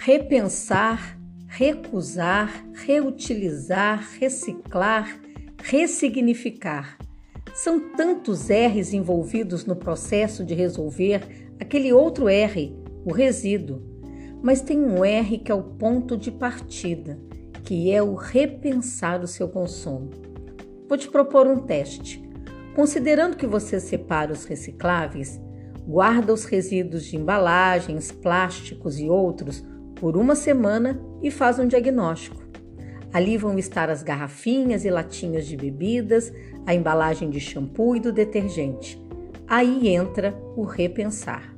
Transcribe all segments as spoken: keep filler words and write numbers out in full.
repensar, recusar, reutilizar, reciclar, ressignificar. São tantos R's envolvidos no processo de resolver aquele outro R, o resíduo. Mas tem um R que é o ponto de partida, que é o repensar o seu consumo. Vou te propor um teste. Considerando que você separa os recicláveis, guarda os resíduos de embalagens, plásticos e outros por uma semana e faz um diagnóstico. Ali vão estar as garrafinhas e latinhas de bebidas, a embalagem de shampoo e do detergente. Aí entra o repensar.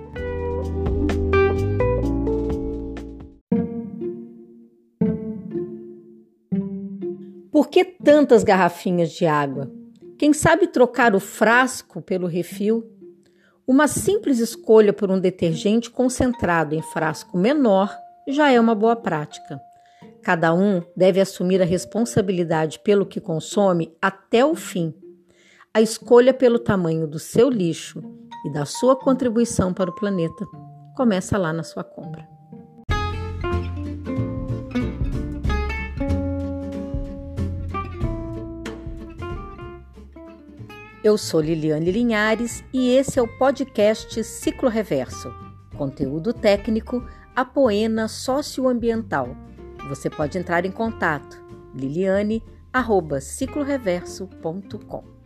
Por que tantas garrafinhas de água? Quem sabe trocar o frasco pelo refil? Uma simples escolha por um detergente concentrado em frasco menor já é uma boa prática. Cada um deve assumir a responsabilidade pelo que consome até o fim. A escolha pelo tamanho do seu lixo e da sua contribuição para o planeta começa lá na sua compra. Eu sou Liliane Linhares e esse é o podcast Ciclo Reverso, conteúdo técnico apoena socioambiental. Você pode entrar em contato liliane arroba ciclo reverso ponto com.